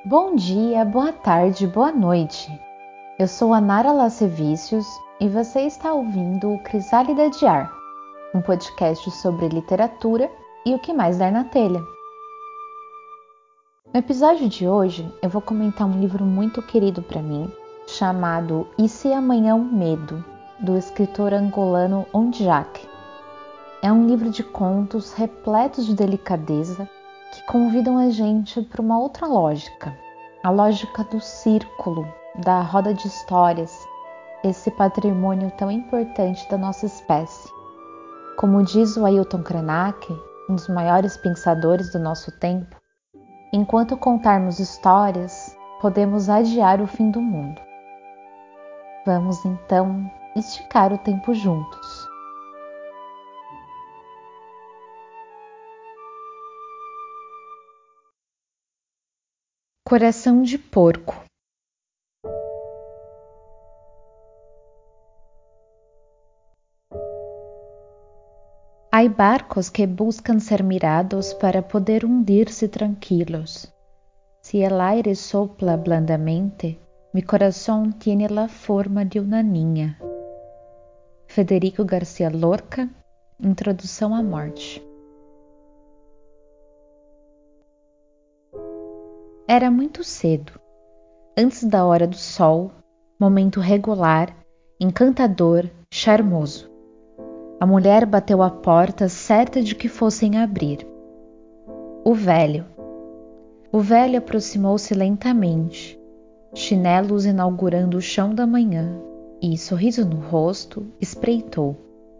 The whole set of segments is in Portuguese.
Bom dia, boa tarde, boa noite. Eu sou a Nara Lacevicius e você está ouvindo o Crisálida de Ar, um podcast sobre literatura e o que mais der na telha. No episódio de hoje, eu vou comentar um livro muito querido para mim, chamado E Se Amanhã um Medo, do escritor angolano Ondjak. É um livro de contos repletos de delicadeza que convidam a gente para uma outra lógica, a lógica do círculo, da roda de histórias, esse patrimônio tão importante da nossa espécie. Como diz o Ailton Krenak, um dos maiores pensadores do nosso tempo, enquanto contarmos histórias, podemos adiar o fim do mundo. Vamos então esticar o tempo juntos. Coração de porco. Hay barcos que buscan ser mirados para poder hundir-se tranquilos. Si el aire sopla blandamente, mi corazón tiene la forma de una niña. Federico Garcia Lorca, Introdução à Morte. Era muito cedo, antes da hora do sol, momento regular, encantador, charmoso. A mulher bateu à porta certa de que fossem abrir. O velho aproximou-se lentamente, chinelos inaugurando o chão da manhã, e, sorriso no rosto, espreitou.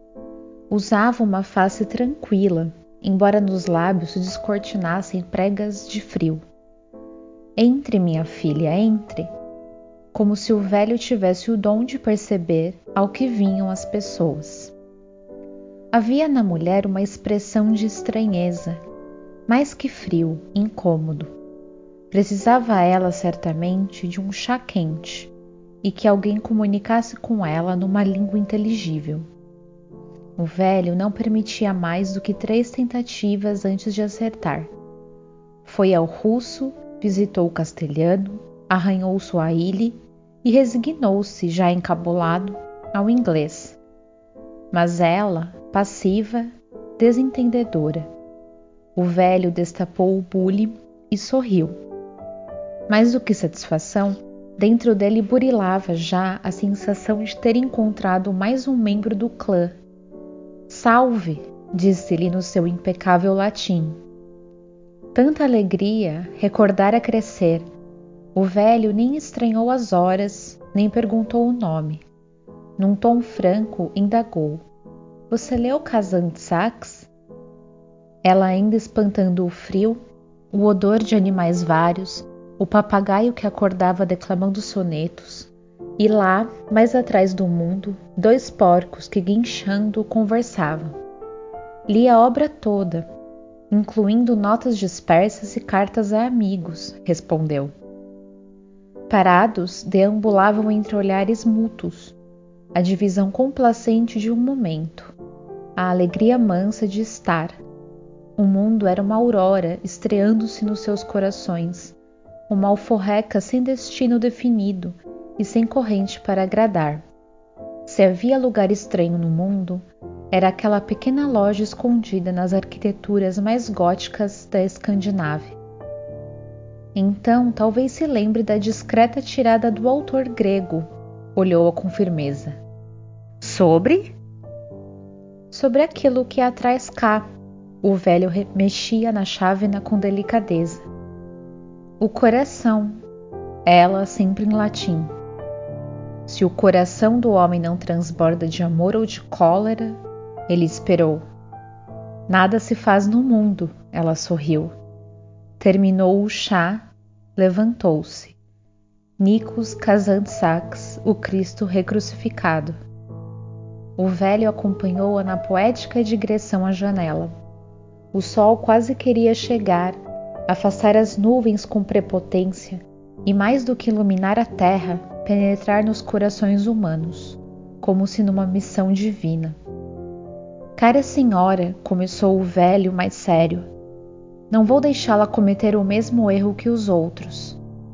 Usava uma face tranquila, embora nos lábios se descortinassem pregas de frio. Entre, minha filha, entre, como se o velho tivesse o dom de perceber ao que vinham as pessoas. Havia na mulher uma expressão de estranheza, mais que frio, incômodo. Precisava ela certamente de um chá quente e que alguém comunicasse com ela numa língua inteligível. O velho não permitia mais do que 3 tentativas antes de acertar. Foi ao russo, visitou o castelhano, arranhou o suahili e resignou-se, já encabulado, ao inglês. Mas ela, passiva, desentendedora. O velho destapou o bule e sorriu. Mais do que satisfação, dentro dele burilava já a sensação de ter encontrado mais um membro do clã. Salve, disse-lhe no seu impecável latim. Tanta alegria recordara crescer. O velho nem estranhou as horas, nem perguntou o nome. Num tom franco, indagou. Você leu Kazan de Sachs? Ela ainda espantando o frio, o odor de animais vários, o papagaio que acordava declamando sonetos, e lá, mais atrás do mundo, 2 porcos que guinchando conversavam. Li a obra toda, incluindo notas dispersas e cartas a amigos, respondeu. Parados, deambulavam entre olhares mútuos, a divisão complacente de um momento, a alegria mansa de estar. O mundo era uma aurora estreando-se nos seus corações, uma alforreca sem destino definido e sem corrente para agradar. Se havia lugar estranho no mundo, era aquela pequena loja escondida nas arquiteturas mais góticas da Escandinávia. Então, talvez se lembre da discreta tirada do autor grego. Olhou-a com firmeza. Sobre aquilo que a traz cá. O velho mexia na chávena com delicadeza. O coração. Ela sempre em latim. Se o coração do homem não transborda de amor ou de cólera, ele esperou. Nada se faz no mundo, ela sorriu. Terminou o chá, levantou-se. Nikos Kazantzakis, o Cristo recrucificado. O velho acompanhou-a na poética digressão à janela. O sol quase queria chegar, afastar as nuvens com prepotência e, mais do que iluminar a terra, penetrar nos corações humanos, como se numa missão divina. Cara senhora, começou o velho mais sério, não vou deixá-la cometer o mesmo erro que os outros.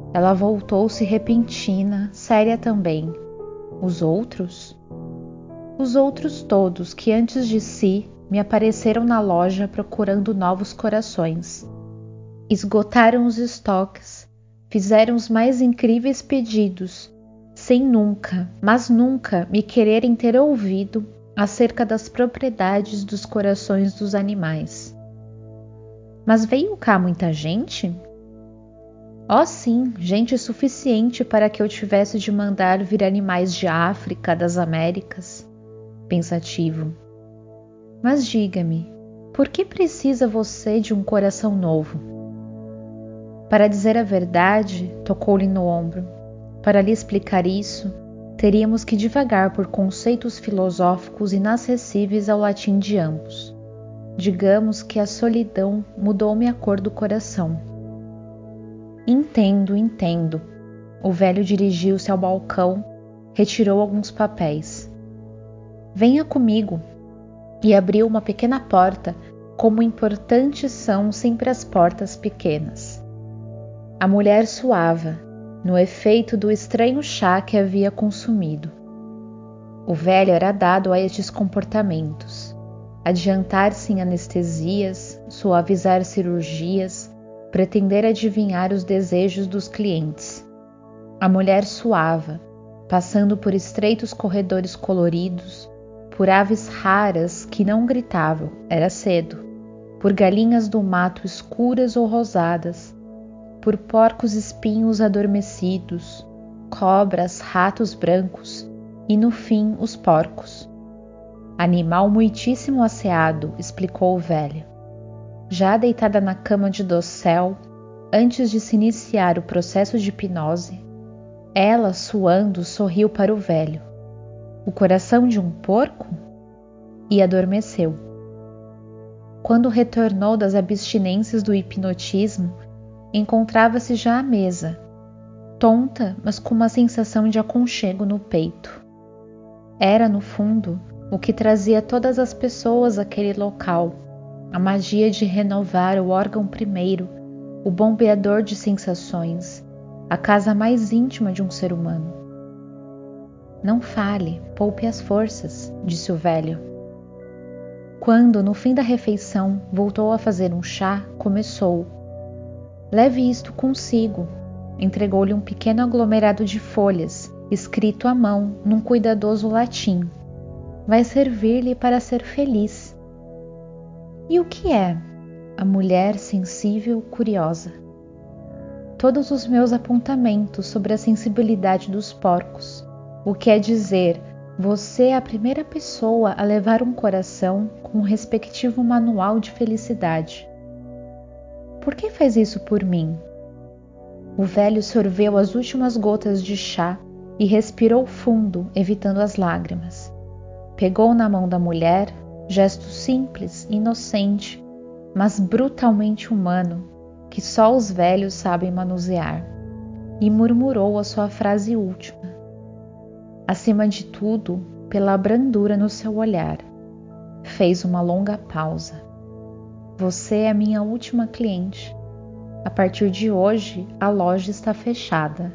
Ela voltou-se repentina, séria também. Os outros? Os outros todos que antes de si me apareceram na loja procurando novos corações. Esgotaram os estoques, fizeram os mais incríveis pedidos, sem nunca, mas nunca me quererem ter ouvido acerca das propriedades dos corações dos animais. Mas veio cá muita gente? Oh sim, gente suficiente para que eu tivesse de mandar vir animais de África, das Américas. Pensativo. Mas diga-me, por que precisa você de um coração novo? Para dizer a verdade, tocou-lhe no ombro, para lhe explicar isso, teríamos que divagar por conceitos filosóficos inacessíveis ao latim de ambos. Digamos que a solidão mudou-me a cor do coração. Entendo. O velho dirigiu-se ao balcão, retirou alguns papéis. Venha comigo. E abriu uma pequena porta, como importantes são sempre as portas pequenas. A mulher suava, no efeito do estranho chá que havia consumido. O velho era dado a estes comportamentos: adiantar-se em anestesias, suavizar cirurgias, pretender adivinhar os desejos dos clientes. A mulher suava, passando por estreitos corredores coloridos, por aves raras que não gritavam, era cedo, por galinhas do mato escuras ou rosadas, por porcos espinhos adormecidos, cobras, ratos brancos e, no fim, os porcos. Animal muitíssimo asseado, explicou o velho. Já deitada na cama de dossel, antes de se iniciar o processo de hipnose, ela, suando, sorriu para o velho. O coração de um porco? E adormeceu. Quando retornou das abstinências do hipnotismo, encontrava-se já à mesa, tonta, mas com uma sensação de aconchego no peito. Era, no fundo, o que trazia todas as pessoas àquele local, a magia de renovar o órgão primeiro, o bombeador de sensações, a casa mais íntima de um ser humano. Não fale, poupe as forças, disse o velho. Quando, no fim da refeição, voltou a fazer um chá, começou. Leve isto consigo. Entregou-lhe um pequeno aglomerado de folhas, escrito à mão, num cuidadoso latim. Vai servir-lhe para ser feliz. E o que é? A mulher sensível, curiosa. Todos os meus apontamentos sobre a sensibilidade dos porcos. O que é dizer, você é a primeira pessoa a levar um coração com o respectivo manual de felicidade. Por que faz isso por mim? O velho sorveu as últimas gotas de chá e respirou fundo, evitando as lágrimas. Pegou na mão da mulher, gesto simples, inocente, mas brutalmente humano, que só os velhos sabem manusear, e murmurou a sua frase última. Acima de tudo, pela brandura no seu olhar. Fez uma longa pausa. Você é minha última cliente. A partir de hoje, a loja está fechada.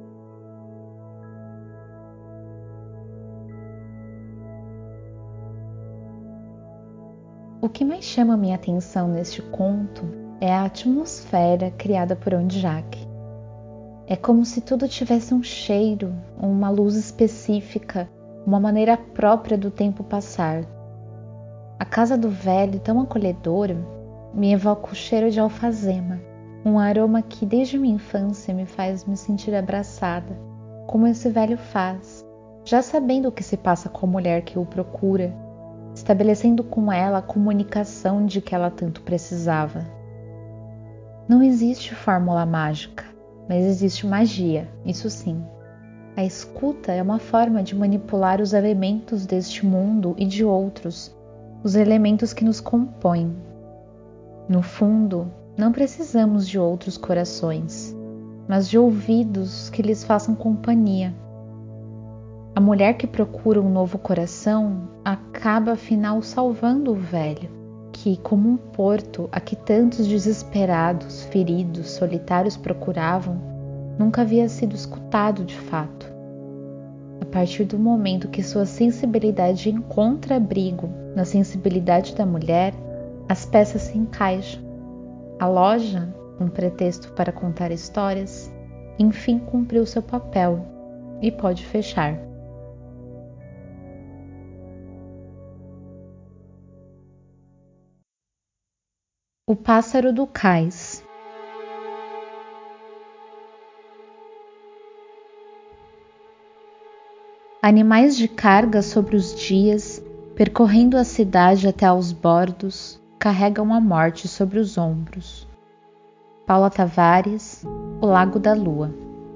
O que mais chama minha atenção neste conto é a atmosfera criada por Ondiak. É como se tudo tivesse um cheiro, uma luz específica, uma maneira própria do tempo passar. A casa do velho, tão acolhedora, me evoca o cheiro de alfazema, um aroma que desde minha infância me faz me sentir abraçada, como esse velho faz, já sabendo o que se passa com a mulher que o procura, estabelecendo com ela a comunicação de que ela tanto precisava. Não existe fórmula mágica, mas existe magia, isso sim. A escuta é uma forma de manipular os elementos deste mundo e de outros, os elementos que nos compõem. No fundo, não precisamos de outros corações, mas de ouvidos que lhes façam companhia. A mulher que procura um novo coração acaba afinal salvando o velho, que, como um porto a que tantos desesperados, feridos, solitários procuravam, nunca havia sido escutado de fato. A partir do momento que sua sensibilidade encontra abrigo na sensibilidade da mulher, as peças se encaixam. A loja, um pretexto para contar histórias, enfim cumpriu seu papel e pode fechar. O pássaro do cais. Animais de carga sobre os dias, percorrendo a cidade até aos bordos, carregam a morte sobre os ombros. Paula Tavares, O Lago da Lua.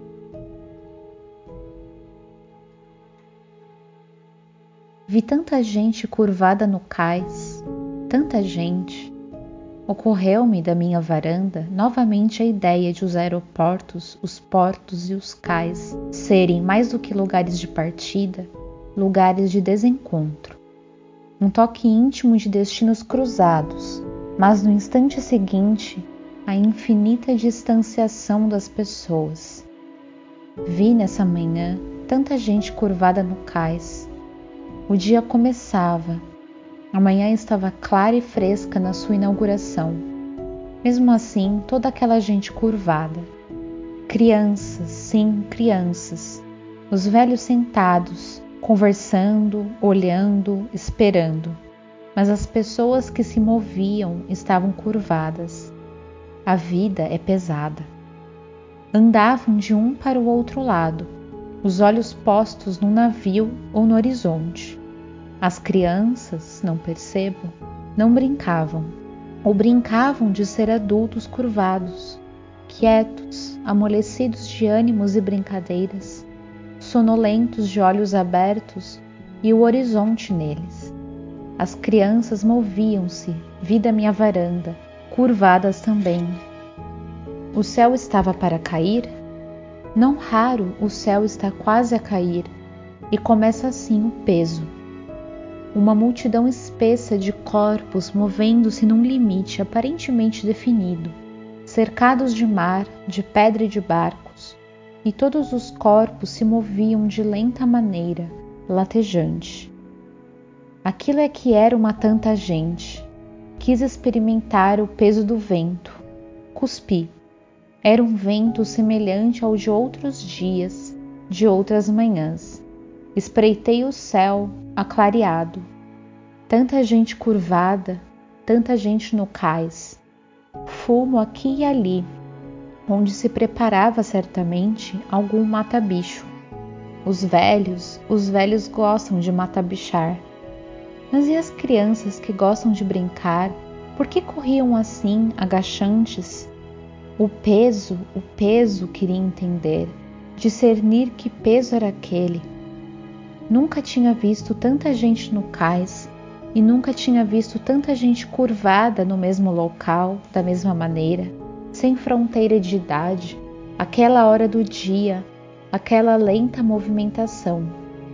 Vi tanta gente curvada no cais, tanta gente. Ocorreu-me da minha varanda novamente a ideia de os aeroportos, os portos e os cais serem, mais do que lugares de partida, lugares de desencontro. Um toque íntimo de destinos cruzados, mas no instante seguinte, a infinita distanciação das pessoas. Vi nessa manhã tanta gente curvada no cais. O dia começava. A manhã estava clara e fresca na sua inauguração. Mesmo assim, toda aquela gente curvada. Crianças, sim, crianças. Os velhos sentados, conversando, olhando, esperando. Mas as pessoas que se moviam estavam curvadas. A vida é pesada. Andavam de um para o outro lado, os olhos postos no navio ou no horizonte. As crianças, não percebo, não brincavam, ou brincavam de ser adultos curvados, quietos, amolecidos de ânimos e brincadeiras, sonolentos de olhos abertos e o horizonte neles. As crianças moviam-se, vi da minha varanda, curvadas também. O céu estava para cair? Não raro o céu está quase a cair, e começa assim o peso. Uma multidão espessa de corpos movendo-se num limite aparentemente definido, cercados de mar, de pedra e de barcos, e todos os corpos se moviam de lenta maneira, latejante. Aquilo é que era uma tanta gente. Quis experimentar o peso do vento. Cuspi. Era um vento semelhante ao de outros dias, de outras manhãs. Espreitei o céu, aclareado. Tanta gente curvada, tanta gente no cais. Fumo aqui e ali, onde se preparava certamente algum mata-bicho. Os velhos gostam de mata-bichar. Mas e as crianças que gostam de brincar, por que corriam assim, agachantes? O peso, queria entender, discernir que peso era aquele. Nunca tinha visto tanta gente no cais e nunca tinha visto tanta gente curvada no mesmo local, da mesma maneira, sem fronteira de idade, aquela hora do dia, aquela lenta movimentação.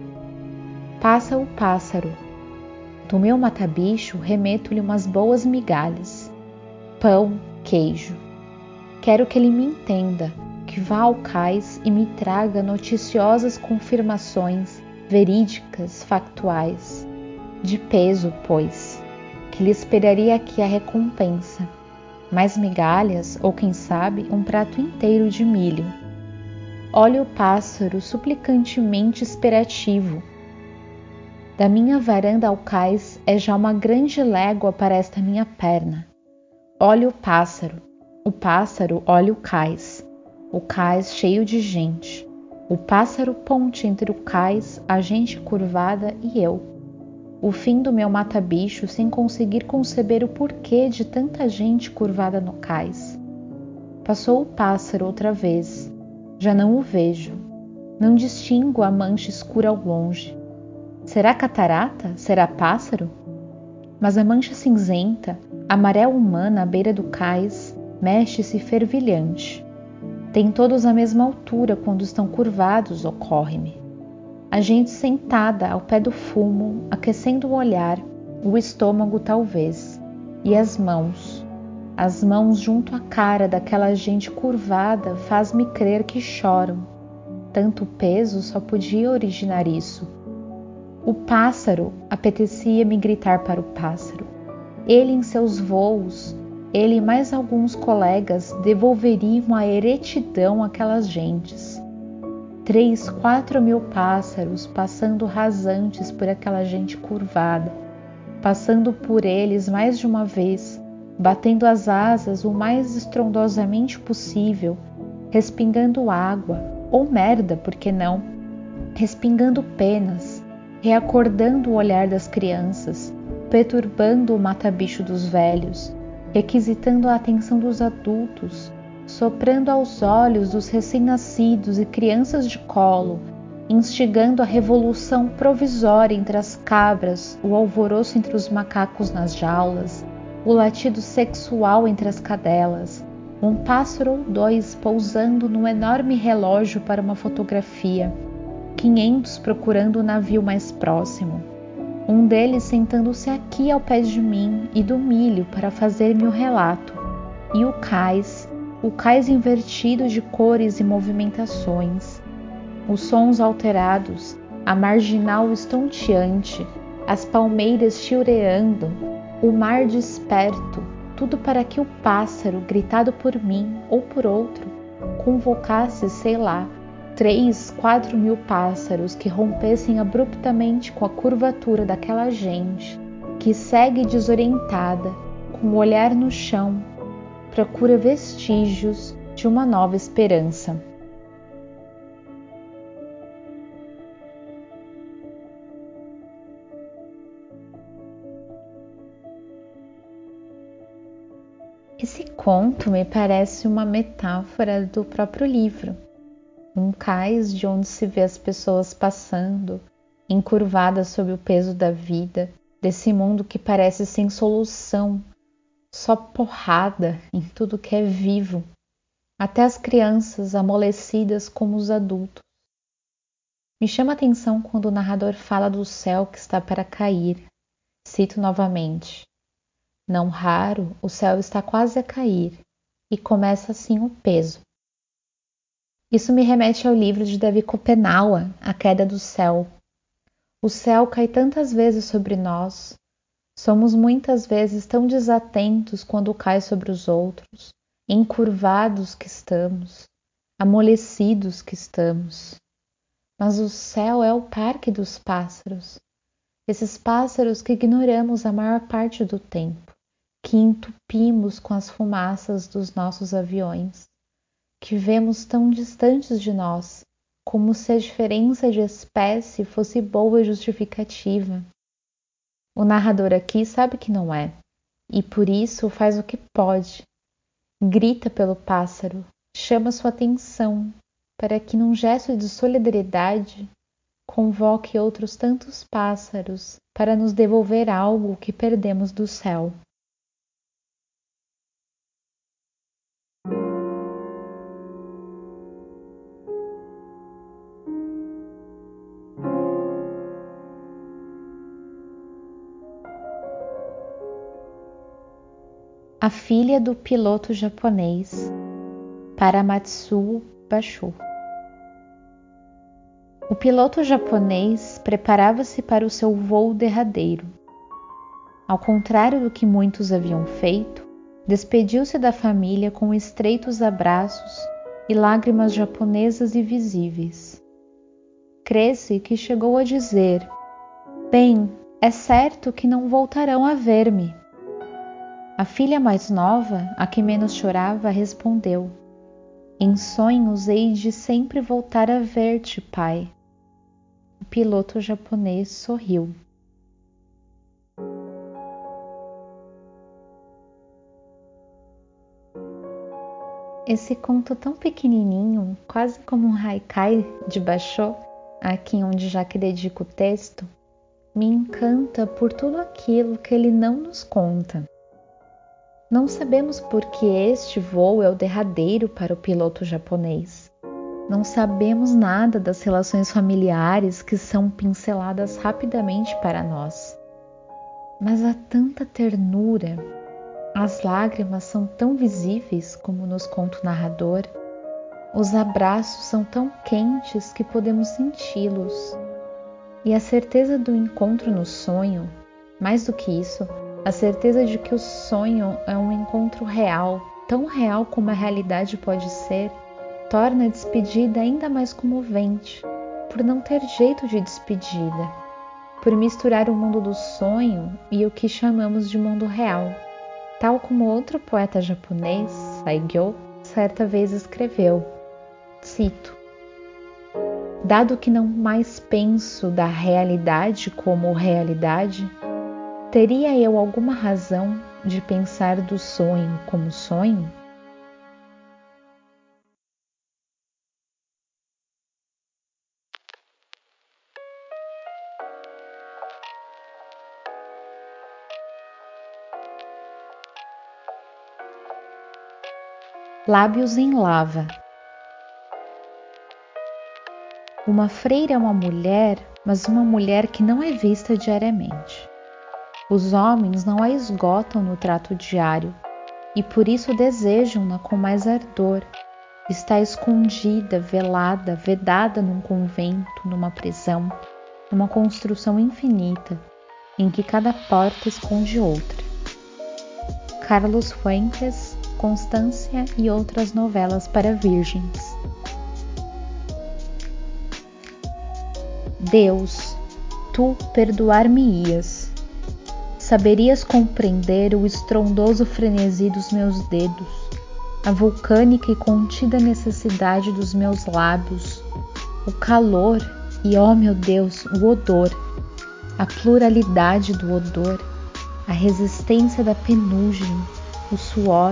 Passa o pássaro. Do meu mata-bicho remeto-lhe umas boas migalhas. Pão, queijo. Quero que ele me entenda, que vá ao cais e me traga noticiosas confirmações, verídicas, factuais. De peso, pois, que lhe esperaria aqui a recompensa. Mais migalhas, ou quem sabe, um prato inteiro de milho. Olhe o pássaro suplicantemente esperativo. Da minha varanda ao cais é já uma grande légua para esta minha perna. Olhe o pássaro olha o cais cheio de gente, o pássaro ponte entre o cais, a gente curvada e eu. O fim do meu mata-bicho sem conseguir conceber o porquê de tanta gente curvada no cais. Passou o pássaro outra vez, já não o vejo, não distingo a mancha escura ao longe. Será catarata? Será pássaro? Mas a mancha cinzenta, a maré humana à beira do cais, mexe-se fervilhante. Tem todos a mesma altura quando estão curvados, ocorre-me. A gente sentada ao pé do fumo, aquecendo o olhar, o estômago talvez, e as mãos. As mãos junto à cara daquela gente curvada faz-me crer que choram. Tanto peso só podia originar isso. O pássaro, apetecia-me gritar para o pássaro. Ele em seus voos, ele e mais alguns colegas devolveriam a eretidão àquelas gentes. 3, 4 mil pássaros passando rasantes por aquela gente curvada, passando por eles mais de uma vez, batendo as asas o mais estrondosamente possível, respingando água, ou merda, por que não? Respingando penas, reacordando o olhar das crianças, perturbando o mata-bicho dos velhos, requisitando a atenção dos adultos, soprando aos olhos dos recém-nascidos e crianças de colo, instigando a revolução provisória entre as cabras, o alvoroço entre os macacos nas jaulas, o latido sexual entre as cadelas, um pássaro ou dois pousando num enorme relógio para uma fotografia, 500 procurando o navio mais próximo, um deles sentando-se aqui ao pé de mim e do milho para fazer-me o relato, e o cais invertido de cores e movimentações, os sons alterados, a marginal estonteante, as palmeiras chilreando, o mar desperto, tudo para que o pássaro, gritado por mim ou por outro, convocasse, sei lá, 3, 4 mil pássaros que rompessem abruptamente com a curvatura daquela gente que segue desorientada, com o olhar no chão, procura vestígios de uma nova esperança. Esse conto me parece uma metáfora do próprio livro. Um cais de onde se vê as pessoas passando, encurvadas sob o peso da vida, desse mundo que parece sem solução, só porrada em tudo que é vivo, até as crianças amolecidas como os adultos. Me chama a atenção quando o narrador fala do céu que está para cair. Cito novamente. Não raro, o céu está quase a cair, e começa assim o peso. Isso me remete ao livro de Davi Kopenawa, A Queda do Céu. O céu cai tantas vezes sobre nós, somos muitas vezes tão desatentos quando cai sobre os outros, encurvados que estamos, amolecidos que estamos. Mas o céu é o parque dos pássaros, esses pássaros que ignoramos a maior parte do tempo, que entupimos com as fumaças dos nossos aviões, que vemos tão distantes de nós, como se a diferença de espécie fosse boa justificativa. O narrador aqui sabe que não é, e por isso faz o que pode. Grita pelo pássaro, chama sua atenção, para que num gesto de solidariedade convoque outros tantos pássaros para nos devolver algo que perdemos do céu. A filha do piloto japonês, para Matsuo Basho. O piloto japonês preparava-se para o seu voo derradeiro. Ao contrário do que muitos haviam feito, despediu-se da família com estreitos abraços e lágrimas japonesas e visíveis. Crê-se que chegou a dizer: "Bem, é certo que não voltarão a ver-me." A filha mais nova, a que menos chorava, respondeu: "Em sonhos hei de sempre voltar a ver-te, pai." O piloto japonês sorriu. Esse conto tão pequenininho, quase como um haikai de Basho, aqui onde já que dedico o texto, me encanta por tudo aquilo que ele não nos conta. Não sabemos por que este voo é o derradeiro para o piloto japonês. Não sabemos nada das relações familiares que são pinceladas rapidamente para nós. Mas há tanta ternura, As lágrimas são tão visíveis como nos conta o narrador. Os abraços são tão quentes que podemos senti-los. E a certeza do encontro no sonho, mais do que isso, a certeza de que o sonho é um encontro real, tão real como a realidade pode ser, torna a despedida ainda mais comovente, por não ter jeito de despedida, por misturar o mundo do sonho e o que chamamos de mundo real, tal como outro poeta japonês, Saigyo, certa vez escreveu, cito: "Dado que não mais penso da realidade como realidade, teria eu alguma razão de pensar do sonho como sonho?" Lábios em lava. Uma freira é uma mulher, mas uma mulher que não é vista diariamente. Os homens não a esgotam no trato diário e por isso desejam-na com mais ardor. Está escondida, velada, vedada num convento, numa prisão, numa construção infinita, em que cada porta esconde outra. Carlos Fuentes, Constância e outras novelas para virgens. Deus, tu perdoar-me-ias. Saberias compreender o estrondoso frenesi dos meus dedos, a vulcânica e contida necessidade dos meus lábios, o calor e, ó meu Deus, o odor, a pluralidade do odor, a resistência da penugem, o suor,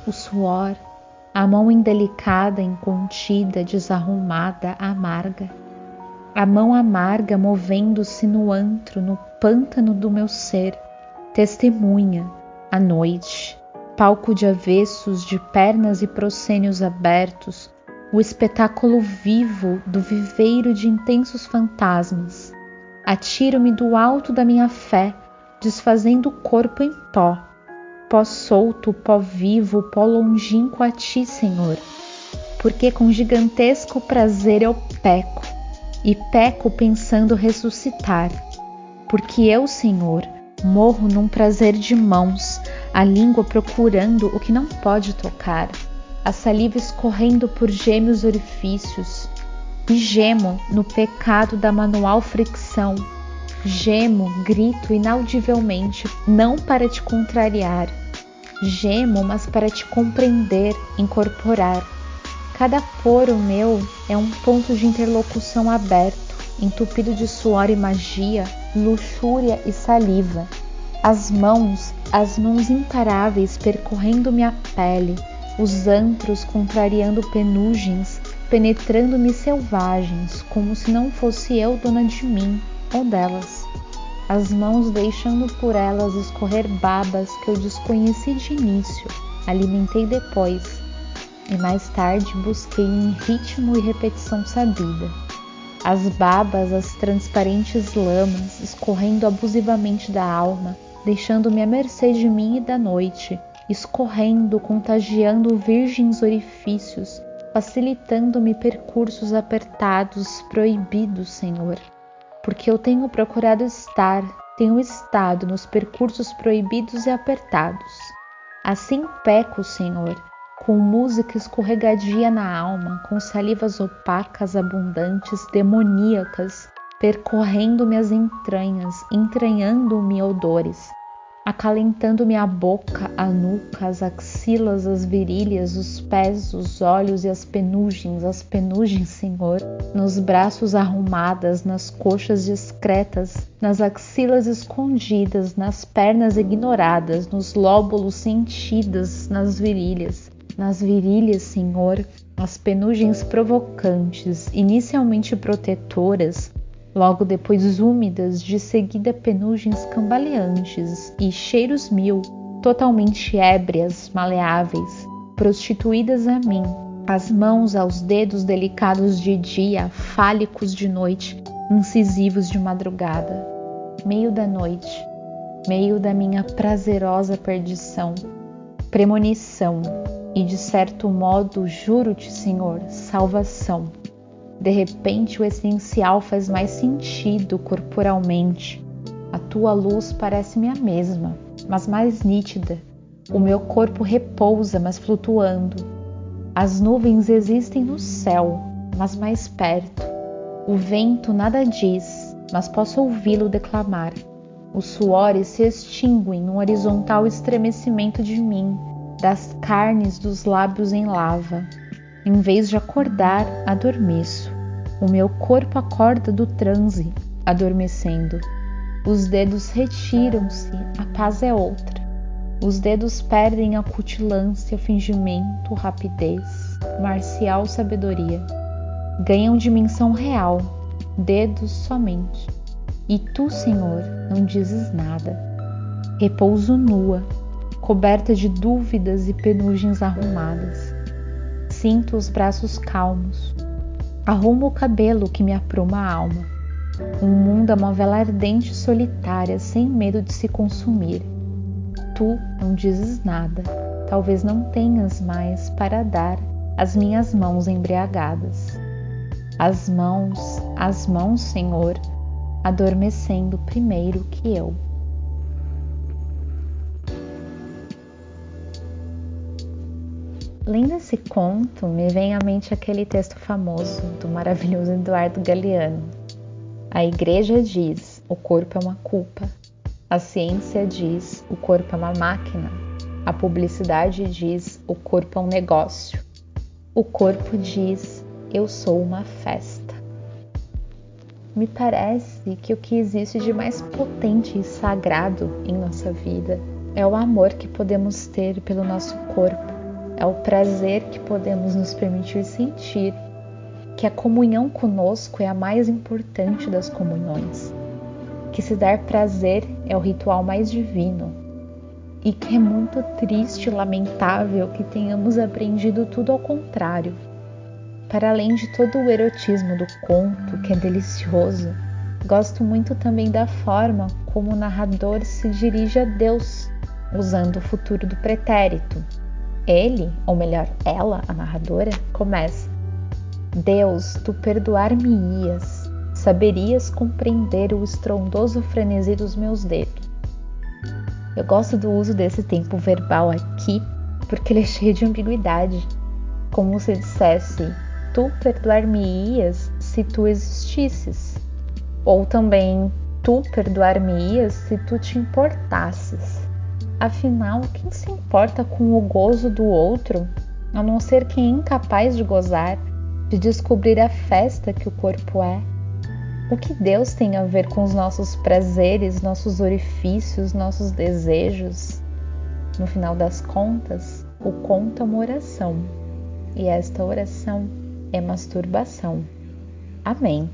a mão indelicada, incontida, desarrumada, amarga. A mão amarga movendo-se no antro, no pântano do meu ser, testemunha, à noite, palco de avessos, de pernas e proscênios abertos, o espetáculo vivo do viveiro de intensos fantasmas. Atiro-me do alto da minha fé, desfazendo o corpo em pó, pó solto, pó vivo, pó longínquo a ti, Senhor, porque com gigantesco prazer eu peco, e peco pensando ressuscitar, porque eu, Senhor, morro num prazer de mãos, a língua procurando o que não pode tocar, a saliva escorrendo por gêmeos orifícios, e gemo no pecado da manual fricção, gemo, grito inaudivelmente, não para te contrariar, gemo, mas para te compreender, incorporar. Cada poro meu é um ponto de interlocução aberto, entupido de suor e magia, luxúria e saliva. As mãos imparáveis percorrendo-me a pele, os antros contrariando penugens, penetrando-me selvagens, como se não fosse eu dona de mim ou delas. As mãos deixando por elas escorrer babas que eu desconheci de início, alimentei depois, e mais tarde busquei em ritmo e repetição sabida. As babas, as transparentes lamas, escorrendo abusivamente da alma, deixando-me à mercê de mim e da noite, escorrendo, contagiando virgens orifícios, facilitando-me percursos apertados, proibidos, Senhor, porque eu tenho estado nos percursos proibidos e apertados. Assim peco, Senhor, com música escorregadia na alma, com salivas opacas, abundantes, demoníacas, percorrendo-me as entranhas, entranhando-me odores, acalentando-me a boca, a nuca, as axilas, as virilhas, os pés, os olhos e as penugens, Senhor, nos braços arrumadas, nas coxas discretas, nas axilas escondidas, nas pernas ignoradas, nos lóbulos sentidas, nas virilhas, Senhor, as penugens provocantes, inicialmente protetoras, logo depois úmidas, de seguida penugens cambaleantes e cheiros mil, totalmente ébrias, maleáveis, prostituídas a mim, as mãos aos dedos delicados de dia, fálicos de noite, incisivos de madrugada, meio da noite, meio da minha prazerosa perdição, premonição e, de certo modo, juro-te, Senhor, salvação. De repente, o essencial faz mais sentido corporalmente. A tua luz parece-me a mesma, mas mais nítida. O meu corpo repousa, mas flutuando. As nuvens existem no céu, mas mais perto. O vento nada diz, mas posso ouvi-lo declamar. Os suores se extinguem num horizontal estremecimento de mim, das carnes dos lábios em lava. Em vez de acordar, adormeço. O meu corpo acorda do transe, adormecendo. Os dedos retiram-se, a paz é outra. Os dedos perdem a cutilância, fingimento, rapidez, marcial sabedoria. Ganham dimensão real, dedos somente. E tu, Senhor, não dizes nada. Repouso nua, coberta de dúvidas e penugens arrumadas. Sinto os braços calmos. Arrumo o cabelo que me apruma a alma. Um mundo é uma vela ardente e solitária, sem medo de se consumir. Tu não dizes nada, talvez não tenhas mais para dar às minhas mãos embriagadas. As mãos, Senhor, adormecendo primeiro que eu. Lendo esse conto, me vem à mente aquele texto famoso do maravilhoso Eduardo Galeano. A igreja diz, o corpo é uma culpa. A ciência diz, o corpo é uma máquina. A publicidade diz, o corpo é um negócio. O corpo diz, eu sou uma festa. Me parece que o que existe de mais potente e sagrado em nossa vida é o amor que podemos ter pelo nosso corpo. É o prazer que podemos nos permitir sentir, que a comunhão conosco é a mais importante das comunhões, que se dar prazer é o ritual mais divino e que é muito triste e lamentável que tenhamos aprendido tudo ao contrário. Para além de todo o erotismo do conto, que é delicioso, gosto muito também da forma como o narrador se dirige a Deus, usando o futuro do pretérito. Ele, ou melhor, ela, a narradora, começa: Deus, tu perdoar-me-ias, saberias compreender o estrondoso frenesi dos meus dedos. Eu gosto do uso desse tempo verbal aqui, porque ele é cheio de ambiguidade, como se dissesse: tu perdoar-me-ias se tu existisses, ou também tu perdoar-me-ias se tu te importasses. Afinal, quem se importa com o gozo do outro, a não ser quem é incapaz de gozar, de descobrir a festa que o corpo é? O que Deus tem a ver com os nossos prazeres, nossos orifícios, nossos desejos? No final das contas, o conto é uma oração, e esta oração é masturbação. Amém.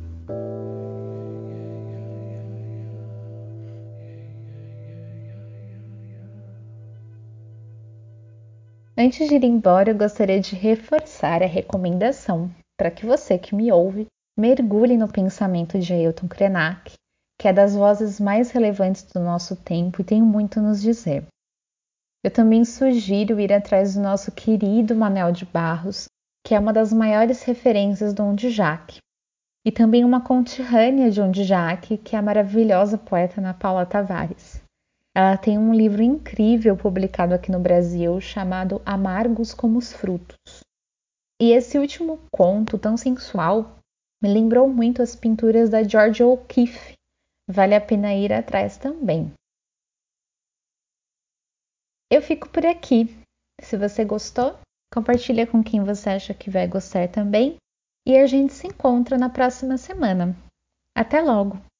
Antes de ir embora, eu gostaria de reforçar a recomendação para que você que me ouve mergulhe no pensamento de Ailton Krenak, que é das vozes mais relevantes do nosso tempo e tem muito a nos dizer. Eu também sugiro ir atrás do nosso querido Manel de Barros, que é uma das maiores referências do Onde Jaque, e também uma conterrânea de Onde Jaque, que é a maravilhosa poeta Ana Paula Tavares. Ela tem um livro incrível publicado aqui no Brasil chamado Amargos como os Frutos. E esse último conto tão sensual me lembrou muito as pinturas da Georgia O'Keeffe. Vale a pena ir atrás também. Eu fico por aqui. Se você gostou, compartilha com quem você acha que vai gostar também. E a gente se encontra na próxima semana. Até logo!